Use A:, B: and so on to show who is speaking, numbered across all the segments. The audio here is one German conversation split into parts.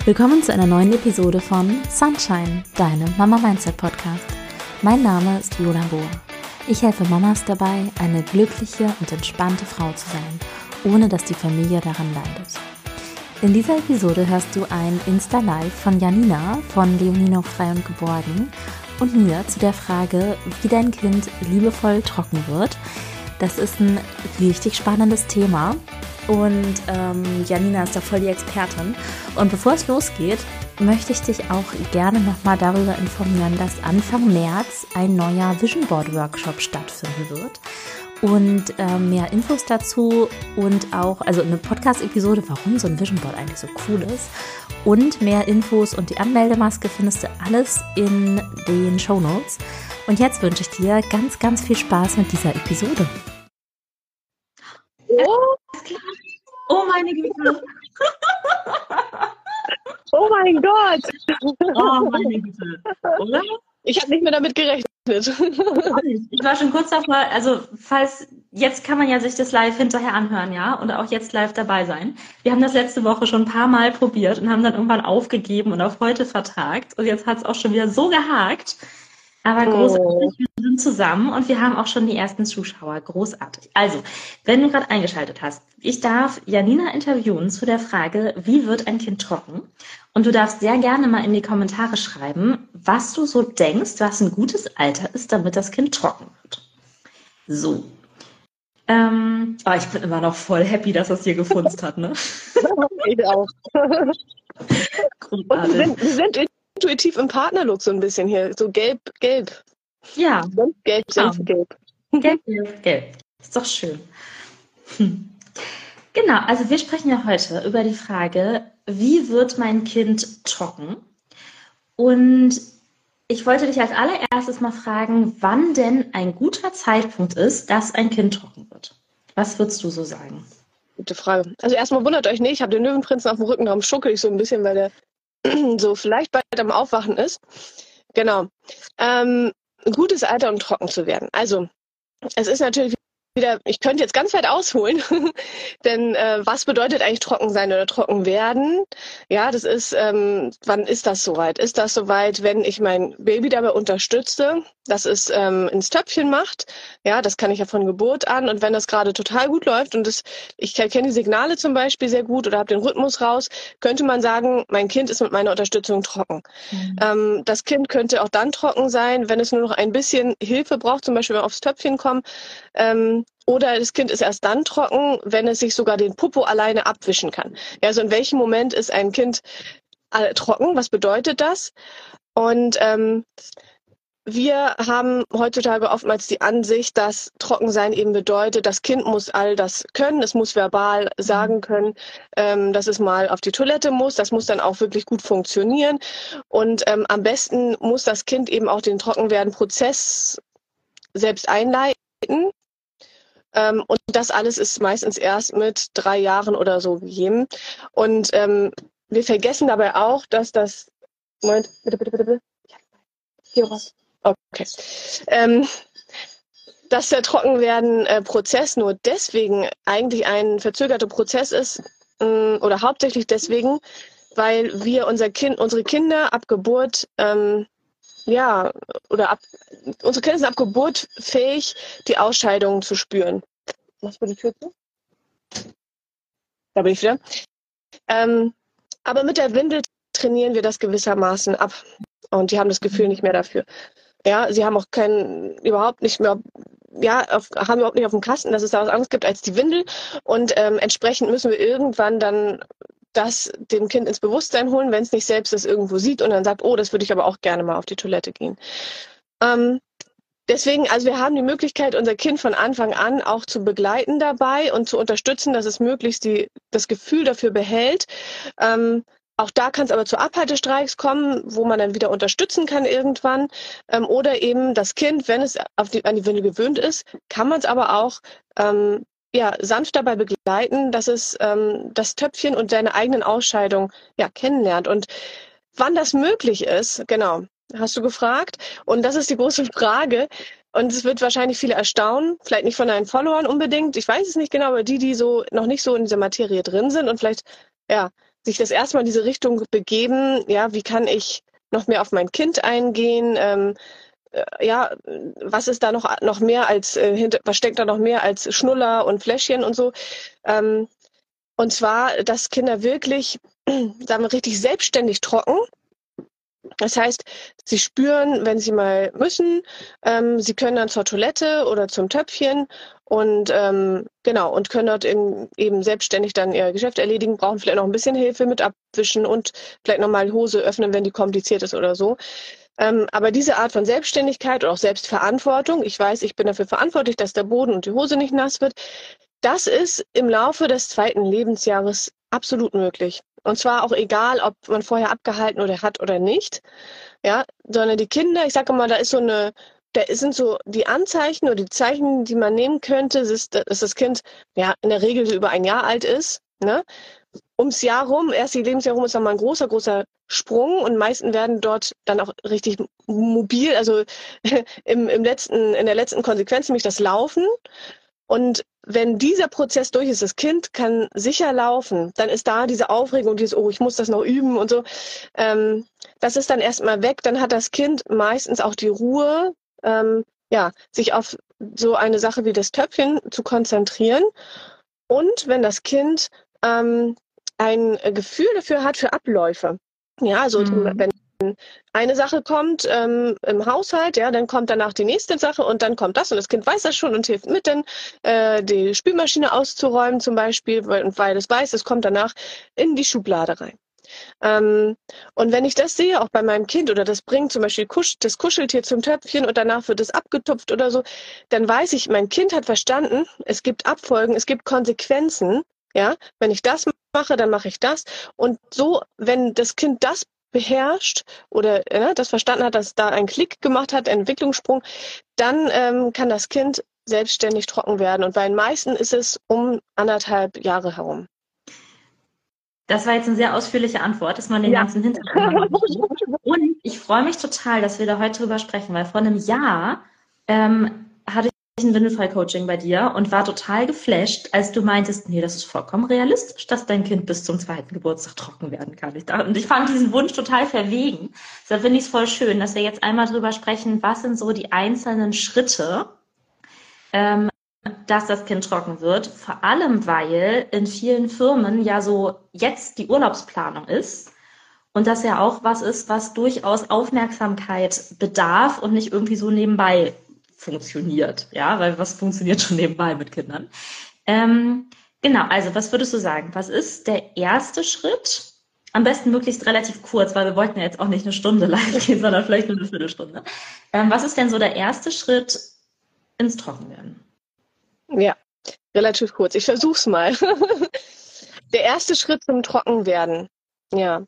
A: Willkommen zu einer neuen Episode von Sunshine, deinem Mama Mindset Podcast. Mein Name ist Viola Bohr. Ich helfe Mamas dabei, eine glückliche und entspannte Frau zu sein, ohne dass die Familie daran leidet. In dieser Episode hörst du ein Insta-Live von Janina von Leonino Frei und Geborgen und mir zu der Frage, wie dein Kind liebevoll trocken wird. Das ist ein richtig spannendes Thema und Janina ist da voll die Expertin. Und bevor es losgeht, möchte ich dich auch gerne nochmal darüber informieren, dass Anfang März ein neuer Vision Board Workshop stattfinden wird. Und mehr Infos dazu und auch, also eine Podcast-Episode, warum so ein Vision Board eigentlich so cool ist. Und mehr Infos und die Anmeldemaske findest du alles in den Shownotes. Und jetzt wünsche ich dir ganz, ganz viel Spaß mit dieser Episode.
B: Oh meine Güte.
C: Oh mein Gott.
B: Oh meine Güte. Oder?
C: Ich habe nicht mehr damit gerechnet.
B: Ich war schon kurz davor, also jetzt kann man ja sich das live hinterher anhören, ja, und auch jetzt live dabei sein. Wir haben das letzte Woche schon ein paar Mal probiert und haben dann irgendwann aufgegeben und auf heute vertagt. Und jetzt hat es auch schon wieder so gehakt. Aber großartig, wir sind zusammen und wir haben auch schon die ersten Zuschauer. Großartig. Also, wenn du gerade eingeschaltet hast, ich darf Janina interviewen zu der Frage, wie wird ein Kind trocken? Und du darfst sehr gerne mal in die Kommentare schreiben, was du so denkst, was ein gutes Alter ist, damit das Kind trocken wird. So. Ich bin immer noch voll happy, dass das hier gefunzt hat, ne?
C: Ich auch.
B: Großartig.
C: Und wir sind intuitiv im Partnerlook so ein bisschen hier, so gelb.
B: Ja.
C: Gelb, Senfgelb.
B: Gelb. Ist doch schön. Genau, also wir sprechen ja heute über die Frage, wie wird mein Kind trocken? Und ich wollte dich als allererstes mal fragen, wann denn ein guter Zeitpunkt ist, dass ein Kind trocken wird. Was würdest du so sagen?
C: Gute Frage. Also erstmal wundert euch nicht, ich habe den Löwenprinzen auf dem Rücken, darum schuckel ich so ein bisschen, weil der so vielleicht bald am Aufwachen ist. Genau. Ein gutes Alter, um trocken zu werden. Also, es ist natürlich wieder, ich könnte jetzt ganz weit ausholen, denn was bedeutet eigentlich trocken sein oder trocken werden? Ja, das ist, wann ist das soweit? Ist das soweit, wenn ich mein Baby dabei unterstütze, dass es ins Töpfchen macht? Ja, das kann ich ja von Geburt an. Und wenn das gerade total gut läuft und ich kenne die Signale zum Beispiel sehr gut oder habe den Rhythmus raus, könnte man sagen, mein Kind ist mit meiner Unterstützung trocken.
B: Mhm.
C: Das Kind könnte auch dann trocken sein, wenn es nur noch ein bisschen Hilfe braucht, zum Beispiel wenn wir aufs Töpfchen kommen. Oder das Kind ist erst dann trocken, wenn es sich sogar den Popo alleine abwischen kann. Ja, also in welchem Moment ist ein Kind trocken? Was bedeutet das? Und wir haben heutzutage oftmals die Ansicht, dass Trockensein eben bedeutet, das Kind muss all das können, es muss verbal sagen können, dass es mal auf die Toilette muss, das muss dann auch wirklich gut funktionieren. Und am besten muss das Kind eben auch den Trockenwerden-Prozess selbst einleiten. Und das alles ist meistens erst mit 3 Jahren oder so gegeben. Und wir vergessen dabei auch, dass das... Moment, bitte. Hier raus. Okay. Dass der Trockenwerden-Prozess nur deswegen eigentlich ein verzögerter Prozess ist, oder hauptsächlich deswegen, weil wir unsere Kinder ab Geburt unsere Kinder sind ab Geburt fähig, die Ausscheidungen zu spüren. Machst du die Tür zu? Da bin ich wieder. Aber mit der Windel trainieren wir das gewissermaßen ab. Und die haben das Gefühl nicht mehr dafür. Ja, sie haben auch überhaupt nicht auf dem Kasten, dass es da was anderes gibt als die Windel. Und entsprechend müssen wir irgendwann dann das dem Kind ins Bewusstsein holen, wenn es nicht selbst das irgendwo sieht und dann sagt, oh, das würde ich aber auch gerne mal auf die Toilette gehen. Deswegen, also wir haben die Möglichkeit, unser Kind von Anfang an auch zu begleiten dabei und zu unterstützen, dass es möglichst das Gefühl dafür behält. Auch da kann es aber zu Abhaltestreiks kommen, wo man dann wieder unterstützen kann irgendwann. Oder eben das Kind, wenn es an die Windel gewöhnt ist, kann man es aber auch sanft dabei begleiten, dass es das Töpfchen und seine eigenen Ausscheidungen kennenlernt. Und wann das möglich ist, genau, hast du gefragt. Und das ist die große Frage. Und es wird wahrscheinlich viele erstaunen, vielleicht nicht von deinen Followern unbedingt, ich weiß es nicht genau, aber die so noch nicht so in dieser Materie drin sind und vielleicht sich das erstmal in diese Richtung begeben, ja, wie kann ich noch mehr auf mein Kind eingehen, ja, was ist da noch mehr als, was steckt da noch mehr als Schnuller und Fläschchen und so. Und zwar, dass Kinder wirklich, sagen wir, richtig selbstständig trocken. Das heißt, sie spüren, wenn sie mal müssen, sie können dann zur Toilette oder zum Töpfchen und genau, und können dort eben selbstständig dann ihr Geschäft erledigen, brauchen vielleicht noch ein bisschen Hilfe mit Abwischen und vielleicht nochmal die Hose öffnen, wenn die kompliziert ist oder so. Aber diese Art von Selbstständigkeit oder auch Selbstverantwortung, ich weiß, ich bin dafür verantwortlich, dass der Boden und die Hose nicht nass wird, das ist im Laufe des 2. Lebensjahres absolut möglich. Und zwar auch egal, ob man vorher abgehalten oder hat oder nicht. Ja, sondern die Kinder, ich sage mal, da sind so die Anzeichen oder die Zeichen, die man nehmen könnte, dass das Kind ja in der Regel so über 1 Jahr alt ist. Ne? Ums Jahr rum, erst die Lebensjahr rum, ist nochmal ein großer, großer Sprung und meisten werden dort dann auch richtig mobil, also in der letzten Konsequenz, nämlich das Laufen. Und wenn dieser Prozess durch ist, das Kind kann sicher laufen, dann ist da diese Aufregung, dieses, oh, ich muss das noch üben und so. Das ist dann erstmal weg. Dann hat das Kind meistens auch die Ruhe, ja, sich auf so eine Sache wie das Töpfchen zu konzentrieren. Und wenn das Kind ein Gefühl dafür hat für Abläufe, ja, also wenn eine Sache kommt im Haushalt, ja, dann kommt danach die nächste Sache und dann kommt das und das Kind weiß das schon und hilft mit, dann die Spülmaschine auszuräumen zum Beispiel, weil es weiß, es kommt danach in die Schublade rein. Und wenn ich das sehe, auch bei meinem Kind, oder das bringt zum Beispiel das Kuscheltier zum Töpfchen und danach wird es abgetupft oder so, dann weiß ich, mein Kind hat verstanden, es gibt Abfolgen, es gibt Konsequenzen, ja, wenn ich das mache, dann mache ich das. Und so, wenn das Kind das beherrscht oder das verstanden hat, dass da ein Klick gemacht hat, ein Entwicklungssprung, dann kann das Kind selbstständig trocken werden. Und bei den meisten ist es um 1,5 Jahre herum.
B: Das war jetzt eine sehr ausführliche Antwort, dass man den ganzen Hintergrund hat. Und ich freue mich total, dass wir da heute drüber sprechen, weil vor einem Jahr hatte ich ein Windelfrei-Coaching bei dir und war total geflasht, als du meintest, nee, das ist vollkommen realistisch, dass dein Kind bis zum 2. Geburtstag trocken werden kann. Und ich fand diesen Wunsch total verwegen. Deshalb finde ich es voll schön, dass wir jetzt einmal drüber sprechen, was sind so die einzelnen Schritte, dass das Kind trocken wird. Vor allem, weil in vielen Firmen ja so jetzt die Urlaubsplanung ist und das ja auch was ist, was durchaus Aufmerksamkeit bedarf und nicht irgendwie so nebenbei funktioniert. Ja, weil was funktioniert schon nebenbei mit Kindern? Genau, also was würdest du sagen? Was ist der erste Schritt? Am besten möglichst relativ kurz, weil wir wollten ja jetzt auch nicht eine Stunde live gehen, sondern vielleicht nur eine Viertelstunde. Was ist denn so der erste Schritt ins Trockenwerden?
C: Ja, relativ kurz. Ich versuch's mal. Der erste Schritt zum Trockenwerden. Ja.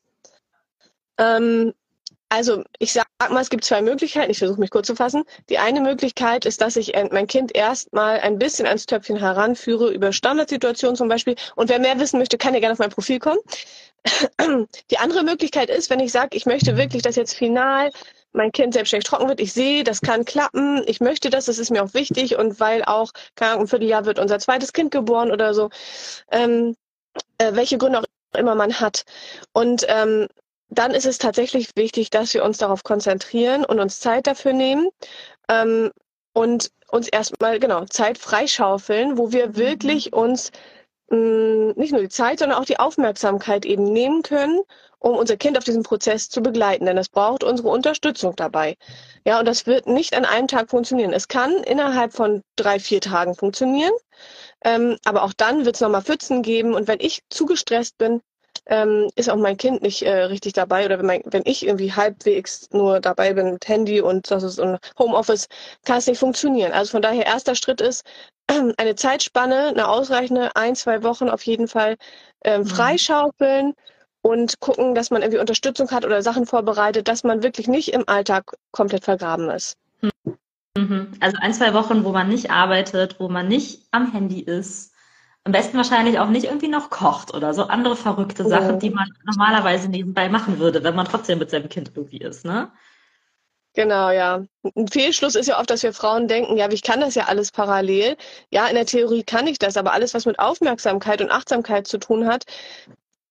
C: Also ich sag mal, es gibt 2 Möglichkeiten. Ich versuche mich kurz zu fassen. Die eine Möglichkeit ist, dass ich mein Kind erstmal ein bisschen ans Töpfchen heranführe, über Standardsituationen zum Beispiel. Und wer mehr wissen möchte, kann ja gerne auf mein Profil kommen. Die andere Möglichkeit ist, wenn ich sage, ich möchte wirklich, dass jetzt final mein Kind selbstständig trocken wird. Ich sehe, das kann klappen. Ich möchte das ist mir auch wichtig. Und weil auch, keine Ahnung, im Vierteljahr wird unser 2. Kind geboren oder so. Welche Gründe auch immer man hat. Und dann ist es tatsächlich wichtig, dass wir uns darauf konzentrieren und uns Zeit dafür nehmen und uns erstmal Zeit freischaufeln, wo wir wirklich uns nicht nur die Zeit, sondern auch die Aufmerksamkeit eben nehmen können, um unser Kind auf diesem Prozess zu begleiten. Denn es braucht unsere Unterstützung dabei. Ja, und das wird nicht an einem Tag funktionieren. Es kann innerhalb von 3-4 Tagen funktionieren, aber auch dann wird es nochmal Pfützen geben. Und wenn ich zu gestresst bin, ist auch mein Kind nicht richtig dabei. Oder wenn ich irgendwie halbwegs nur dabei bin mit Handy und das ist ein Homeoffice, kann es nicht funktionieren. Also von daher, erster Schritt ist, eine Zeitspanne, eine ausreichende 1-2 Wochen auf jeden Fall freischaufeln und gucken, dass man irgendwie Unterstützung hat oder Sachen vorbereitet, dass man wirklich nicht im Alltag komplett vergraben ist.
B: Also 1-2 Wochen, wo man nicht arbeitet, wo man nicht am Handy ist. Am besten wahrscheinlich auch nicht irgendwie noch kocht oder so andere verrückte Sachen, die man normalerweise nebenbei machen würde, wenn man trotzdem mit seinem Kind irgendwie ist, ne?
C: Genau, ja. Ein Fehlschluss ist ja oft, dass wir Frauen denken, ja, ich kann das ja alles parallel. Ja, in der Theorie kann ich das, aber alles, was mit Aufmerksamkeit und Achtsamkeit zu tun hat,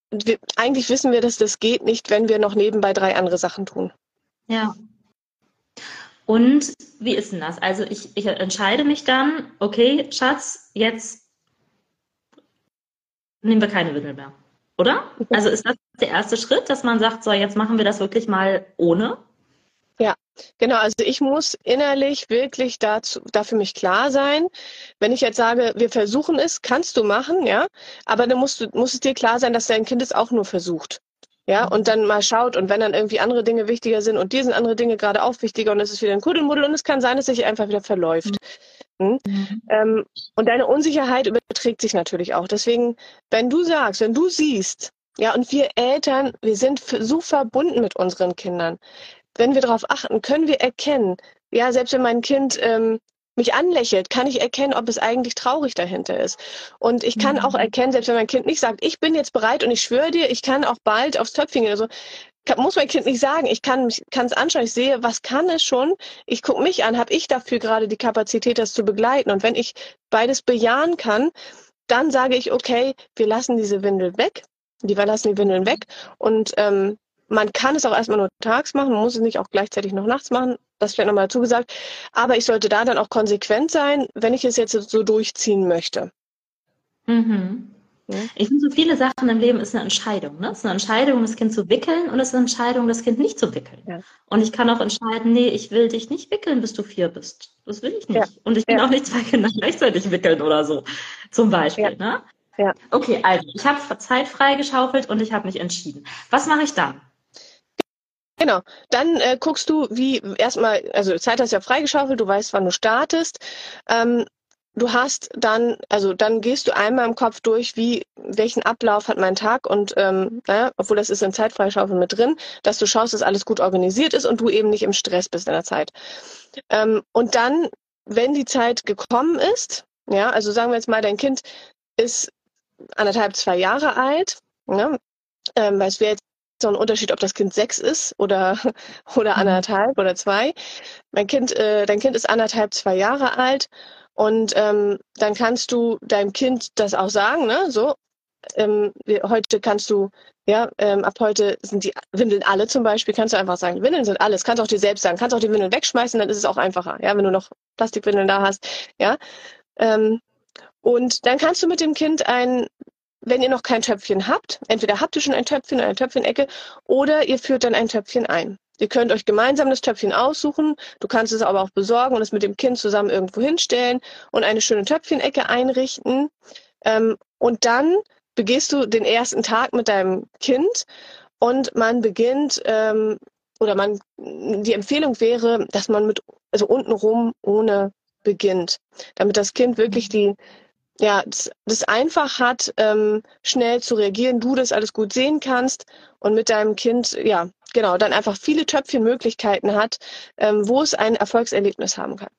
C: eigentlich wissen wir, dass das geht nicht, wenn wir noch nebenbei 3 andere Sachen tun.
B: Ja. Und wie ist denn das? Also ich entscheide mich dann, okay, Schatz, jetzt nehmen wir keine Windel mehr, oder? Also ist das der erste Schritt, dass man sagt, so, jetzt machen wir das wirklich mal ohne?
C: Ja, genau. Also ich muss innerlich wirklich da für mich klar sein. Wenn ich jetzt sage, wir versuchen es, kannst du machen, ja, aber dann muss es dir klar sein, dass dein Kind es auch nur versucht. Ja, und dann mal schaut, und wenn dann irgendwie andere Dinge wichtiger sind und dir sind andere Dinge gerade auch wichtiger und es ist wieder ein Kuddelmuddel und es kann sein, dass es sich einfach wieder verläuft. Und deine Unsicherheit überträgt sich natürlich auch. Deswegen, wenn du siehst, ja, und wir Eltern, wir sind so verbunden mit unseren Kindern. Wenn wir darauf achten, können wir erkennen, ja, selbst wenn mein Kind mich anlächelt, kann ich erkennen, ob es eigentlich traurig dahinter ist. Und ich kann auch erkennen, selbst wenn mein Kind nicht sagt, ich bin jetzt bereit und ich schwöre dir, ich kann auch bald aufs Töpfchen gehen oder so, muss mein Kind nicht sagen. Ich kann es anschauen, ich sehe, was kann es schon. Ich gucke mich an, habe ich dafür gerade die Kapazität, das zu begleiten. Und wenn ich beides bejahen kann, dann sage ich, okay, wir lassen diese Windel weg. Wir lassen die Windeln weg. Und man kann es auch erstmal nur tags machen, man muss es nicht auch gleichzeitig noch nachts machen, das vielleicht nochmal dazu gesagt. Aber ich sollte da dann auch konsequent sein, wenn ich es jetzt so durchziehen möchte.
B: Ich finde, so viele Sachen im Leben ist eine Entscheidung. Ne? Es ist eine Entscheidung, das Kind zu wickeln, und es ist eine Entscheidung, das Kind nicht zu wickeln. Ja. Und ich kann auch entscheiden, nee, ich will dich nicht wickeln, bis du 4 bist. Das will ich nicht. Ja. Und ich will auch nicht 2 Kinder gleichzeitig wickeln oder so, zum Beispiel. Ja. Ne? Ja. Okay, also ich habe Zeit freigeschaufelt und ich habe mich entschieden. Was mache ich dann?
C: Genau, dann guckst du, wie erstmal, also Zeit hast du ja freigeschaufelt, du weißt, wann du startest. Du hast dann gehst du einmal im Kopf durch, welchen Ablauf hat mein Tag und obwohl das ist in Zeitfreischaufeln mit drin, dass du schaust, dass alles gut organisiert ist und du eben nicht im Stress bist in der Zeit. Und dann, wenn die Zeit gekommen ist, ja, also sagen wir jetzt mal, dein Kind ist 1,5, 2 Jahre alt, ja, weil es wäre jetzt so ein Unterschied, ob das Kind 6 ist oder 1,5 oder 2. Dein Kind ist 1,5, 2 Jahre alt. Und dann kannst du deinem Kind das auch sagen, ne? So, heute kannst du, ja, ab heute sind die Windeln alle zum Beispiel, kannst du einfach sagen, Windeln sind alles, kannst auch dir selbst sagen, kannst auch die Windeln wegschmeißen, dann ist es auch einfacher, ja, wenn du noch Plastikwindeln da hast, ja. Und dann kannst du mit dem Kind wenn ihr noch kein Töpfchen habt, entweder habt ihr schon ein Töpfchen oder eine Töpfchenecke, oder ihr führt dann ein Töpfchen ein. Ihr könnt euch gemeinsam das Töpfchen aussuchen, du kannst es aber auch besorgen und es mit dem Kind zusammen irgendwo hinstellen und eine schöne Töpfchenecke einrichten. Und dann begehst du den ersten Tag mit deinem Kind und man beginnt, die Empfehlung wäre, dass man untenrum ohne beginnt, damit das Kind wirklich das einfach hat, schnell zu reagieren, du das alles gut sehen kannst und mit deinem Kind, ja, genau, dann einfach viele Töpfchenmöglichkeiten hat, wo es ein Erfolgserlebnis haben kann.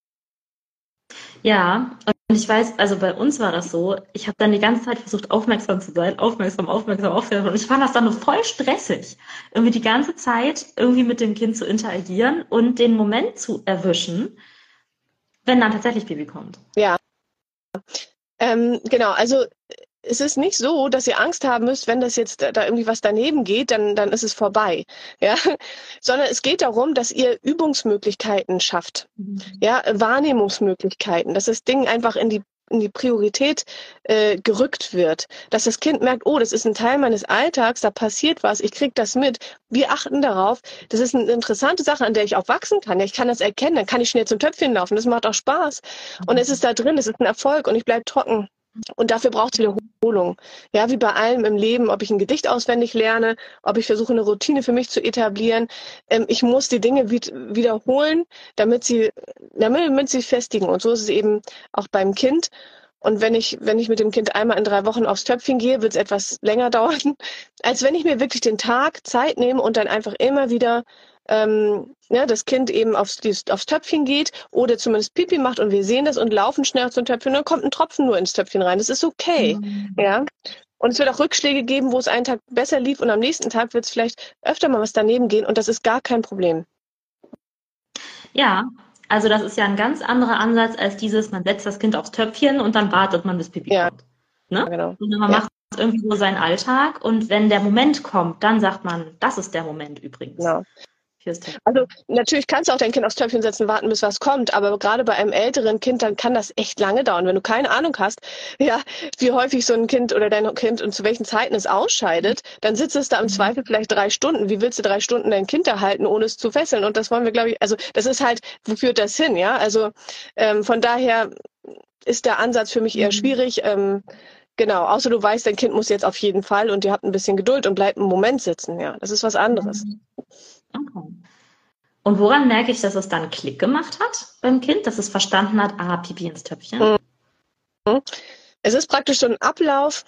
B: Ja, und ich weiß, also bei uns war das so, ich habe dann die ganze Zeit versucht, aufmerksam zu sein, aufmerksam. Und ich fand das dann voll stressig, irgendwie die ganze Zeit irgendwie mit dem Kind zu interagieren und den Moment zu erwischen, wenn dann tatsächlich Baby kommt.
C: Ja. Genau, also es ist nicht so, dass ihr Angst haben müsst, wenn das jetzt da irgendwie was daneben geht, dann ist es vorbei, ja, sondern es geht darum, dass ihr Übungsmöglichkeiten schafft, ja, Wahrnehmungsmöglichkeiten, dass das Ding einfach in die Priorität gerückt wird, dass das Kind merkt, oh, das ist ein Teil meines Alltags, da passiert was, ich krieg das mit, wir achten darauf, das ist eine interessante Sache, an der ich auch wachsen kann, ja, ich kann das erkennen, dann kann ich schnell zum Töpfchen laufen, das macht auch Spaß und es ist da drin, es ist ein Erfolg und ich bleib trocken. Und dafür braucht es Wiederholung. Ja, wie bei allem im Leben, ob ich ein Gedicht auswendig lerne, ob ich versuche, eine Routine für mich zu etablieren. Ich muss die Dinge wiederholen, damit sie festigen. Und so ist es eben auch beim Kind. Und wenn ich mit dem Kind einmal in 3 Wochen aufs Töpfchen gehe, wird es etwas länger dauern, als wenn ich mir wirklich den Tag Zeit nehme und dann einfach immer wieder das Kind eben aufs Töpfchen geht oder zumindest Pipi macht und wir sehen das und laufen schnell zum Töpfchen und dann kommt ein Tropfen nur ins Töpfchen rein. Das ist okay. Ja. Und es wird auch Rückschläge geben, wo es einen Tag besser lief und am nächsten Tag wird es vielleicht öfter mal was daneben gehen und das ist gar kein Problem.
B: Ja, also das ist ja ein ganz anderer Ansatz als man setzt das Kind aufs Töpfchen und dann wartet man, bis Pipi kommt. Ne?
C: Genau.
B: Und man macht irgendwie so seinen Alltag und wenn der Moment kommt, dann sagt man, das ist der Moment übrigens.
C: Genau. Also natürlich kannst du auch dein Kind aufs Töpfchen setzen, warten, bis was kommt, aber gerade bei einem älteren Kind, dann kann das echt lange dauern. Wenn du keine Ahnung hast, ja, wie häufig so ein Kind oder dein Kind und zu welchen Zeiten es ausscheidet, dann sitzt es da im Zweifel vielleicht 3 Stunden. Wie willst du 3 Stunden dein Kind erhalten, ohne es zu fesseln? Und das wollen wir, glaube ich, also das ist halt, wo führt das hin, ja? Also von daher ist der Ansatz für mich eher schwierig. Genau, außer du weißt, dein Kind muss jetzt auf jeden Fall und ihr habt ein bisschen Geduld und bleibt einen Moment sitzen, ja. Das ist was anderes.
B: Okay. Und woran merke ich, dass es dann Klick gemacht hat beim Kind, dass es verstanden hat, Pipi ins Töpfchen?
C: Es ist praktisch so ein Ablauf.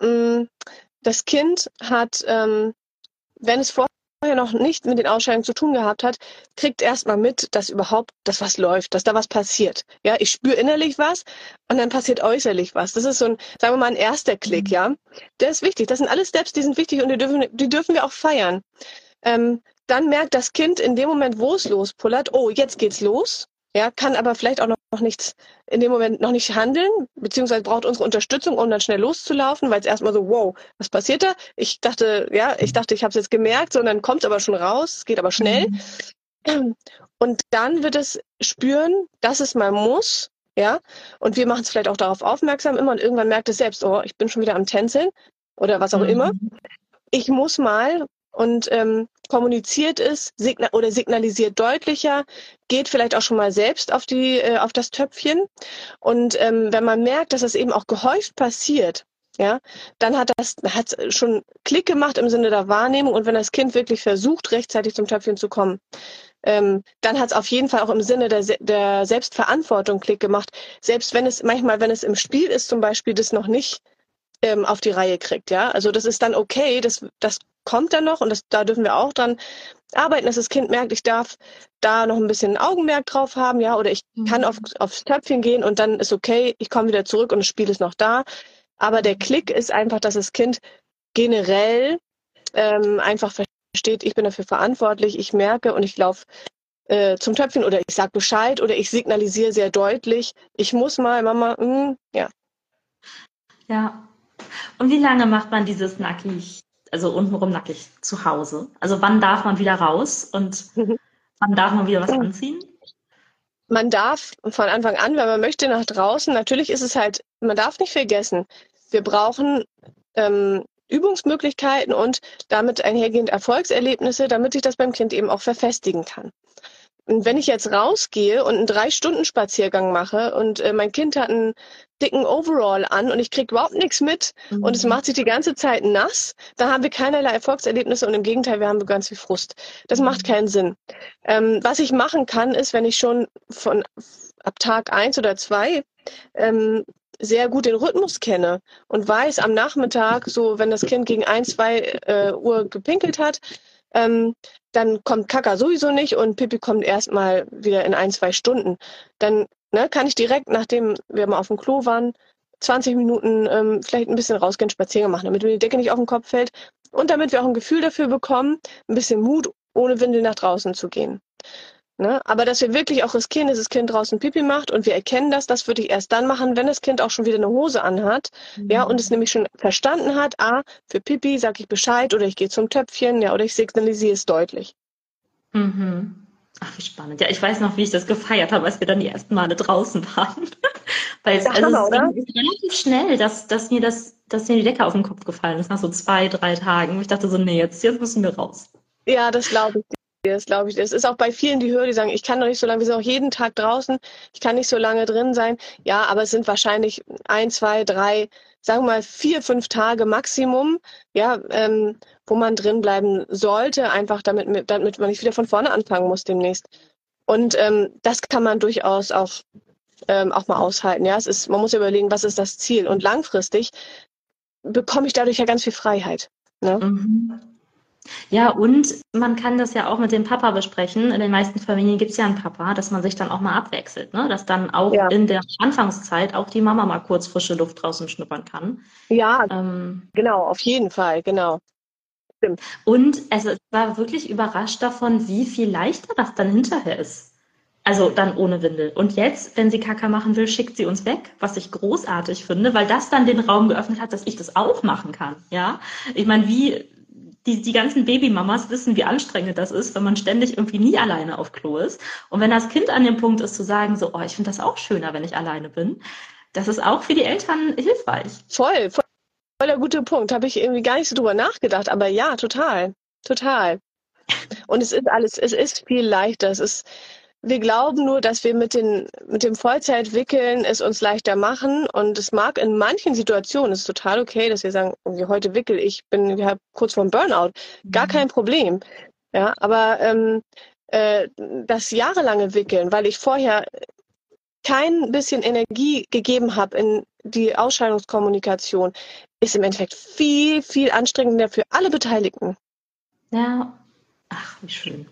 C: Das Kind hat, wenn es vorher noch nicht mit den Ausscheidungen zu tun gehabt hat, kriegt erstmal mit, dass überhaupt das was läuft, dass da was passiert. Ja, ich spüre innerlich was und dann passiert äußerlich was. Das ist so ein, sagen wir mal, ein erster Klick, ja. Der ist wichtig. Das sind alles Steps, die sind wichtig und die dürfen wir auch feiern. Dann merkt das Kind in dem Moment, wo es lospullert, oh, jetzt geht's los. Ja, kann aber vielleicht auch noch nichts in dem Moment noch nicht handeln, beziehungsweise braucht unsere Unterstützung, um dann schnell loszulaufen, weil es erstmal so, wow, was passiert da? Ich dachte, ich habe es jetzt gemerkt, sondern kommt es aber schon raus, es geht aber schnell. Und dann wird es spüren, dass es mal muss, ja, und wir machen es vielleicht auch darauf aufmerksam immer und irgendwann merkt es selbst, oh, ich bin schon wieder am Tänzeln oder was auch immer. Ich muss mal und kommuniziert es oder signalisiert deutlicher, geht vielleicht auch schon mal selbst auf das Töpfchen. Und wenn man merkt, dass es eben auch gehäuft passiert, ja, dann hat schon Klick gemacht im Sinne der Wahrnehmung. Und wenn das Kind wirklich versucht, rechtzeitig zum Töpfchen zu kommen, dann hat es auf jeden Fall auch im Sinne der Selbstverantwortung Klick gemacht. Selbst wenn es manchmal, wenn es im Spiel ist, zum Beispiel, das noch nicht auf die Reihe kriegt, ja. Also das ist dann okay, das kommt dann noch und da dürfen wir auch dran arbeiten, dass das Kind merkt, ich darf da noch ein bisschen Augenmerk drauf haben, ja, oder ich kann aufs Töpfchen gehen und dann ist okay, ich komme wieder zurück und das Spiel ist noch da. Aber der Klick ist einfach, dass das Kind generell einfach versteht, ich bin dafür verantwortlich, ich merke und ich laufe zum Töpfchen oder ich sage Bescheid oder ich signalisiere sehr deutlich, ich muss mal, Mama, ja.
B: Ja. Und wie lange macht man dieses nackig, also untenrum nackig zu Hause? Also wann darf man wieder raus und wann darf man wieder was anziehen?
C: Man darf von Anfang an, wenn man möchte, nach draußen. Natürlich ist es halt, man darf nicht vergessen, wir brauchen Übungsmöglichkeiten und damit einhergehend Erfolgserlebnisse, damit sich das beim Kind eben auch verfestigen kann. Und wenn ich jetzt rausgehe und einen 3-Stunden-Spaziergang mache und mein Kind hat einen dicken Overall an und ich kriege überhaupt nichts mit und es macht sich die ganze Zeit nass, dann haben wir keinerlei Erfolgserlebnisse und im Gegenteil, wir haben ganz viel Frust. Das macht keinen Sinn. Was ich machen kann, ist, wenn ich schon ab Tag 1 oder 2 sehr gut den Rhythmus kenne und weiß am Nachmittag, so wenn das Kind gegen 1, 2 Uhr gepinkelt hat, dann kommt Kaka sowieso nicht und Pipi kommt erstmal wieder in 1, 2 Stunden. Dann kann ich direkt, nachdem wir mal auf dem Klo waren, 20 Minuten vielleicht ein bisschen rausgehen, Spaziergang machen, damit mir die Decke nicht auf den Kopf fällt und damit wir auch ein Gefühl dafür bekommen, ein bisschen Mut, ohne Windel nach draußen zu gehen. Aber dass wir wirklich auch riskieren, dass das Kind draußen Pipi macht und wir erkennen das würde ich erst dann machen, wenn das Kind auch schon wieder eine Hose anhat, ja, und es nämlich schon verstanden hat, für Pipi sage ich Bescheid oder ich gehe zum Töpfchen, ja, oder ich signalisiere es deutlich.
B: Ach, wie spannend. Ja, ich weiß noch, wie ich das gefeiert habe, als wir dann die ersten Male draußen waren. Weil es ging relativ schnell, dass mir die Decke auf den Kopf gefallen ist, nach so 2, 3 Tagen. Ich dachte so, nee, jetzt müssen wir raus.
C: Ja, das glaube ich. Das glaube ich. Das ist auch bei vielen, die hören, die sagen, ich kann doch nicht so lange, wir sind auch jeden Tag draußen, ich kann nicht so lange drin sein. Ja, aber es sind wahrscheinlich 1, 2, 3, sagen wir mal 4, 5 Tage Maximum, ja, wo man drin bleiben sollte, einfach damit man nicht wieder von vorne anfangen muss demnächst. Und das kann man durchaus auch mal aushalten. Ja, man muss überlegen, was ist das Ziel? Und langfristig bekomme ich dadurch ja ganz viel Freiheit. Ne?
B: Ja, und man kann das ja auch mit dem Papa besprechen. In den meisten Familien gibt es ja einen Papa, dass man sich dann auch mal abwechselt, ne? Dass dann auch in der Anfangszeit auch die Mama mal kurz frische Luft draußen schnuppern kann.
C: Ja, genau, auf jeden Fall, genau.
B: Und es war wirklich überrascht davon, wie viel leichter das dann hinterher ist. Also dann ohne Windel. Und jetzt, wenn sie Kaka machen will, schickt sie uns weg, was ich großartig finde, weil das dann den Raum geöffnet hat, dass ich das auch machen kann. Ja, ich meine, die ganzen Babymamas wissen, wie anstrengend das ist, wenn man ständig irgendwie nie alleine auf Klo ist. Und wenn das Kind an dem Punkt ist, zu sagen, so, oh, ich finde das auch schöner, wenn ich alleine bin, das ist auch für die Eltern hilfreich.
C: Voll der gute Punkt. Habe ich irgendwie gar nicht so drüber nachgedacht, aber ja, total. Und es ist viel leichter. Wir glauben nur, dass wir mit dem Vollzeitwickeln es uns leichter machen. Und es mag in manchen Situationen, es ist total okay, dass wir sagen, okay, heute wickel ich, bin kurz vorm Burnout. Gar kein Problem. Ja, aber das jahrelange Wickeln, weil ich vorher kein bisschen Energie gegeben habe in die Ausscheidungskommunikation, ist im Endeffekt viel, viel anstrengender für alle Beteiligten.
B: Ja, ach, wie schön.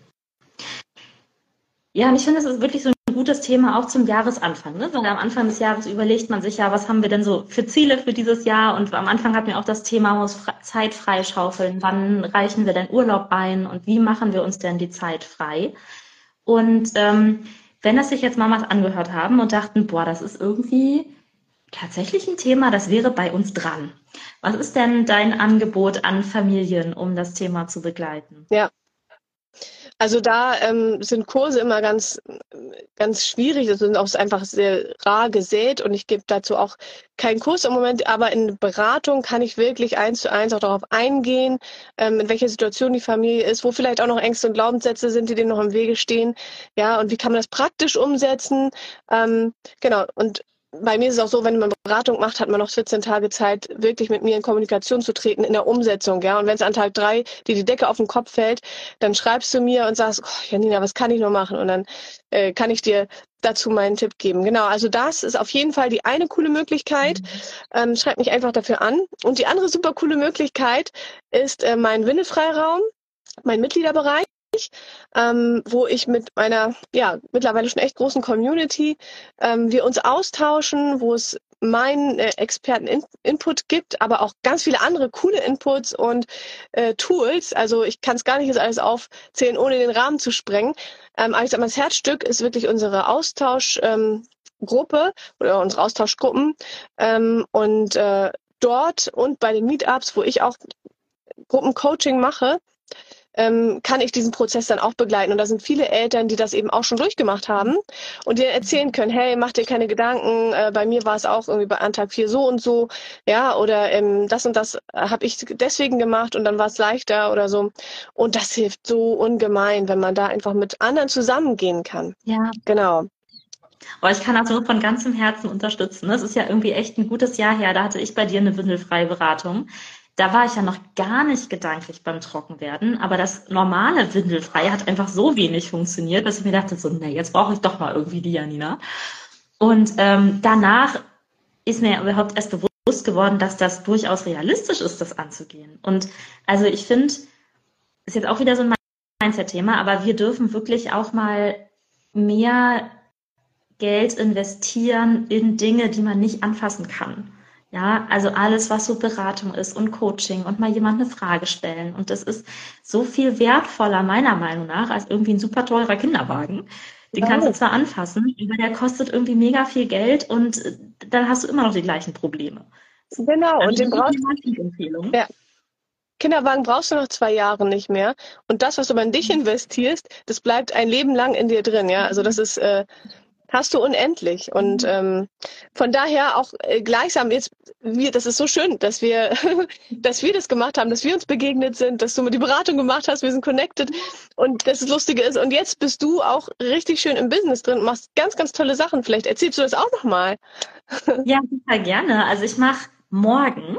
B: Ja, und ich finde, das ist wirklich so ein gutes Thema auch zum Jahresanfang, ne? Weil am Anfang des Jahres überlegt man sich ja, was haben wir denn so für Ziele für dieses Jahr? Und am Anfang hatten wir auch das Thema, muss Zeit freischaufeln. Wann reichen wir denn Urlaub ein? Und wie machen wir uns denn die Zeit frei? Und wenn das sich jetzt Mamas angehört haben und dachten, boah, das ist irgendwie tatsächlich ein Thema, das wäre bei uns dran. Was ist denn dein Angebot an Familien, um das Thema zu begleiten?
C: Ja. Also da sind Kurse immer ganz, ganz schwierig. Das sind auch einfach sehr rar gesät und ich gebe dazu auch keinen Kurs im Moment. Aber in Beratung kann ich wirklich 1:1 auch darauf eingehen, in welcher Situation die Familie ist, wo vielleicht auch noch Ängste und Glaubenssätze sind, die dem noch im Wege stehen. Ja, und wie kann man das praktisch umsetzen? Genau. Und bei mir ist es auch so, wenn man Beratung macht, hat man noch 14 Tage Zeit, wirklich mit mir in Kommunikation zu treten in der Umsetzung. Ja, und wenn es an Tag 3 dir die Decke auf den Kopf fällt, dann schreibst du mir und sagst, oh, Janina, was kann ich noch machen? Und dann kann ich dir dazu meinen Tipp geben. Genau, also das ist auf jeden Fall die eine coole Möglichkeit. Schreib mich einfach dafür an. Und die andere super coole Möglichkeit ist mein Windelfreiraum, mein Mitgliederbereich. Wo ich mit meiner mittlerweile schon echt großen Community wir uns austauschen, wo es meinen Experten-Input gibt, aber auch ganz viele andere coole Inputs und Tools. Also ich kann es gar nicht jetzt alles aufzählen, ohne den Rahmen zu sprengen. Aber ich sag mal, das Herzstück ist wirklich unsere Austauschgruppe oder unsere Austauschgruppen. Und dort und bei den Meetups, wo ich auch Gruppencoaching mache, kann ich diesen Prozess dann auch begleiten. Und da sind viele Eltern, die das eben auch schon durchgemacht haben und dir erzählen können, hey, mach dir keine Gedanken, bei mir war es auch irgendwie bei Tag 4 so und so, ja, oder das und das habe ich deswegen gemacht und dann war es leichter oder so. Und das hilft so ungemein, wenn man da einfach mit anderen zusammengehen kann.
B: Ja.
C: Genau.
B: Aber ich kann das nur von ganzem Herzen unterstützen. Das ist ja irgendwie echt ein gutes Jahr her. Da hatte ich bei dir eine windelfreie Beratung. Da war ich ja noch gar nicht gedanklich beim Trockenwerden, aber das normale Windelfrei hat einfach so wenig funktioniert, dass ich mir dachte, so, nee, jetzt brauche ich doch mal irgendwie die Janina. Und danach ist mir überhaupt erst bewusst geworden, dass das durchaus realistisch ist, das anzugehen. Und also ich finde, ist jetzt auch wieder so ein Mindset-Thema, aber wir dürfen wirklich auch mal mehr Geld investieren in Dinge, die man nicht anfassen kann. Ja, also alles, was so Beratung ist und Coaching und mal jemand eine Frage stellen. Und das ist so viel wertvoller, meiner Meinung nach, als irgendwie ein super teurer Kinderwagen. Den kannst du zwar anfassen, aber der kostet irgendwie mega viel Geld und dann hast du immer noch die gleichen Probleme.
C: Genau, und den brauchst
B: du.
C: Ja. Kinderwagen brauchst du noch 2 Jahre nicht mehr. Und das, was du in dich investierst, das bleibt ein Leben lang in dir drin. Ja, also das ist hast du unendlich. Und von daher auch gleichsam das ist so schön, dass wir das gemacht haben, dass wir uns begegnet sind, dass du die Beratung gemacht hast, wir sind connected. Und das Lustige ist, und jetzt bist du auch richtig schön im Business drin und machst ganz, ganz tolle Sachen. Vielleicht erzählst du das auch nochmal.
B: Ja, super gerne. Also ich mache morgen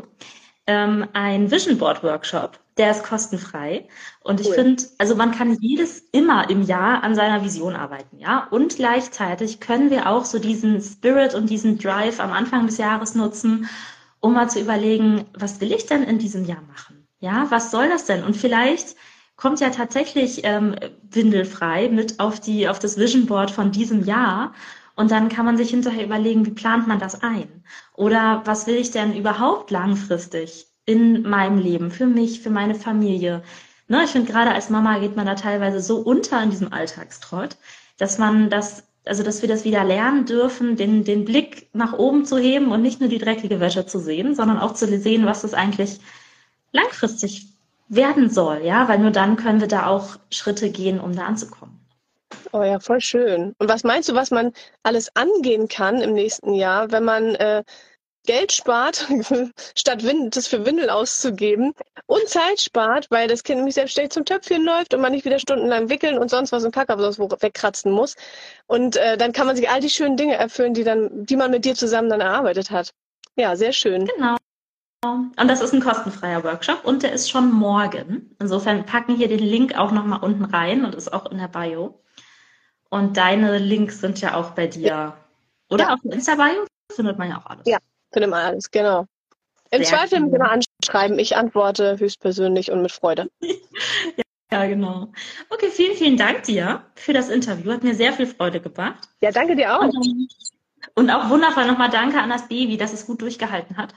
B: ein Vision Board Workshop. Der ist kostenfrei. Und ich finde, also man kann immer im Jahr an seiner Vision arbeiten, ja. Und gleichzeitig können wir auch so diesen Spirit und diesen Drive am Anfang des Jahres nutzen, um mal zu überlegen, was will ich denn in diesem Jahr machen? Ja, was soll das denn? Und vielleicht kommt ja tatsächlich windelfrei mit auf das Vision Board von diesem Jahr. Und dann kann man sich hinterher überlegen, wie plant man das ein? Oder was will ich denn überhaupt langfristig in meinem Leben, für mich, für meine Familie? Ne, ich finde, gerade als Mama geht man da teilweise so unter in diesem Alltagstrott. dass wir das wieder lernen dürfen, den Blick nach oben zu heben und nicht nur die dreckige Wäsche zu sehen, sondern auch zu sehen, was das eigentlich langfristig werden soll, ja, weil nur dann können wir da auch Schritte gehen, um da anzukommen.
C: Oh ja, voll schön. Und was meinst du, was man alles angehen kann im nächsten Jahr, wenn man Geld spart, statt das für Windeln auszugeben und Zeit spart, weil das Kind nämlich selbstständig zum Töpfchen läuft und man nicht wieder stundenlang wickeln und sonst was und Kacke wegkratzen muss. Und dann kann man sich all die schönen Dinge erfüllen, die man mit dir zusammen dann erarbeitet hat. Ja, sehr schön.
B: Genau. Und das ist ein kostenfreier Workshop und der ist schon morgen. Insofern packen hier den Link auch nochmal unten rein und ist auch in der Bio. Und deine Links sind ja auch bei dir. Ja. Oder auf dem Insta-Bio findet man ja auch alles.
C: Ja, findet man alles, genau. Im Zweifel immer anschreiben. Ich antworte höchstpersönlich und mit Freude.
B: Ja, genau. Okay, vielen, vielen Dank dir für das Interview. Hat mir sehr viel Freude gebracht.
C: Ja, danke dir auch.
B: Und auch wundervoll nochmal danke an das Baby, dass es gut durchgehalten hat.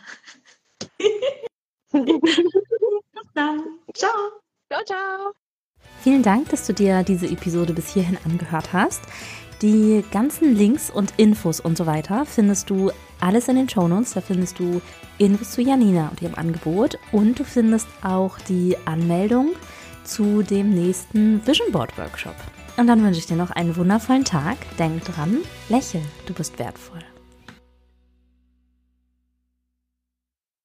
B: Bis dann. Ciao.
C: Ciao, ciao.
A: Vielen Dank, dass du dir diese Episode bis hierhin angehört hast. Die ganzen Links und Infos und so weiter findest du alles in den Shownotes. Da findest du Infos zu Janina und ihrem Angebot und du findest auch die Anmeldung zu dem nächsten Vision Board Workshop. Und dann wünsche ich dir noch einen wundervollen Tag. Denk dran, lächel, du bist wertvoll.